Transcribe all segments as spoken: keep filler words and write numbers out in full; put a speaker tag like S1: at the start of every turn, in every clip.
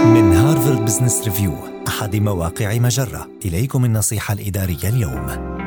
S1: من هارفارد بزنس ريفيو، أحد مواقع مجرة، إليكم النصيحة الإدارية اليوم.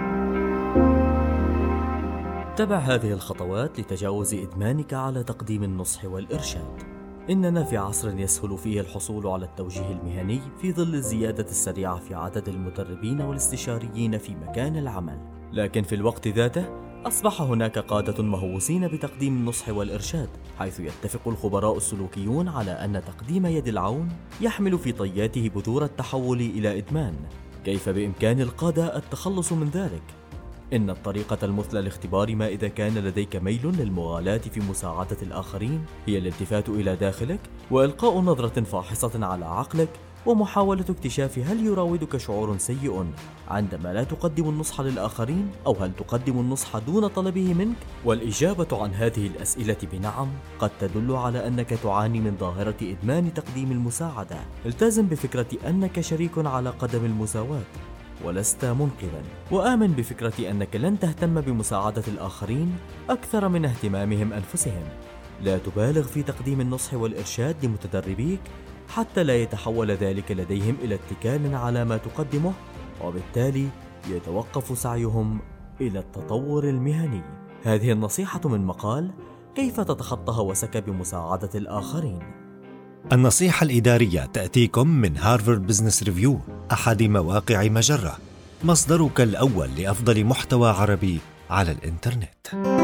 S2: اتبع هذه الخطوات لتجاوز إدمانك على تقديم النصح والإرشاد. إننا في عصر يسهل فيه الحصول على التوجيه المهني في ظل الزيادة السريعة في عدد المدربين والاستشاريين في مكان العمل، لكن في الوقت ذاته أصبح هناك قادة مهووسين بتقديم النصح والإرشاد، حيث يتفق الخبراء السلوكيون على أن تقديم يد العون يحمل في طياته بذور التحول إلى إدمان. كيف بإمكان القادة التخلص من ذلك؟ إن الطريقة المثلى لاختبار ما إذا كان لديك ميل للمغالاة في مساعدة الآخرين هي الالتفات إلى داخلك وإلقاء نظرة فاحصة على عقلك، ومحاولة اكتشاف هل يراودك شعور سيء عندما لا تقدم النصح للآخرين، أو هل تقدم النصح دون طلبه منك؟ والإجابة عن هذه الأسئلة بنعم قد تدل على أنك تعاني من ظاهرة إدمان تقديم المساعدة. التزم بفكرة أنك شريك على قدم المساواة ولست منقذا، وآمن بفكرة أنك لن تهتم بمساعدة الآخرين أكثر من اهتمامهم أنفسهم. لا تبالغ في تقديم النصح والإرشاد لمتدربيك حتى لا يتحول ذلك لديهم إلى اتكال على ما تقدمه، وبالتالي يتوقف سعيهم إلى التطور المهني. هذه النصيحة من مقال كيف تتخطى هوسك بمساعدة الآخرين.
S1: النصيحة الإدارية تأتيكم من هارفارد بزنس ريفيو، أحد مواقع مجرة، مصدرك الأول لأفضل محتوى عربي على الإنترنت.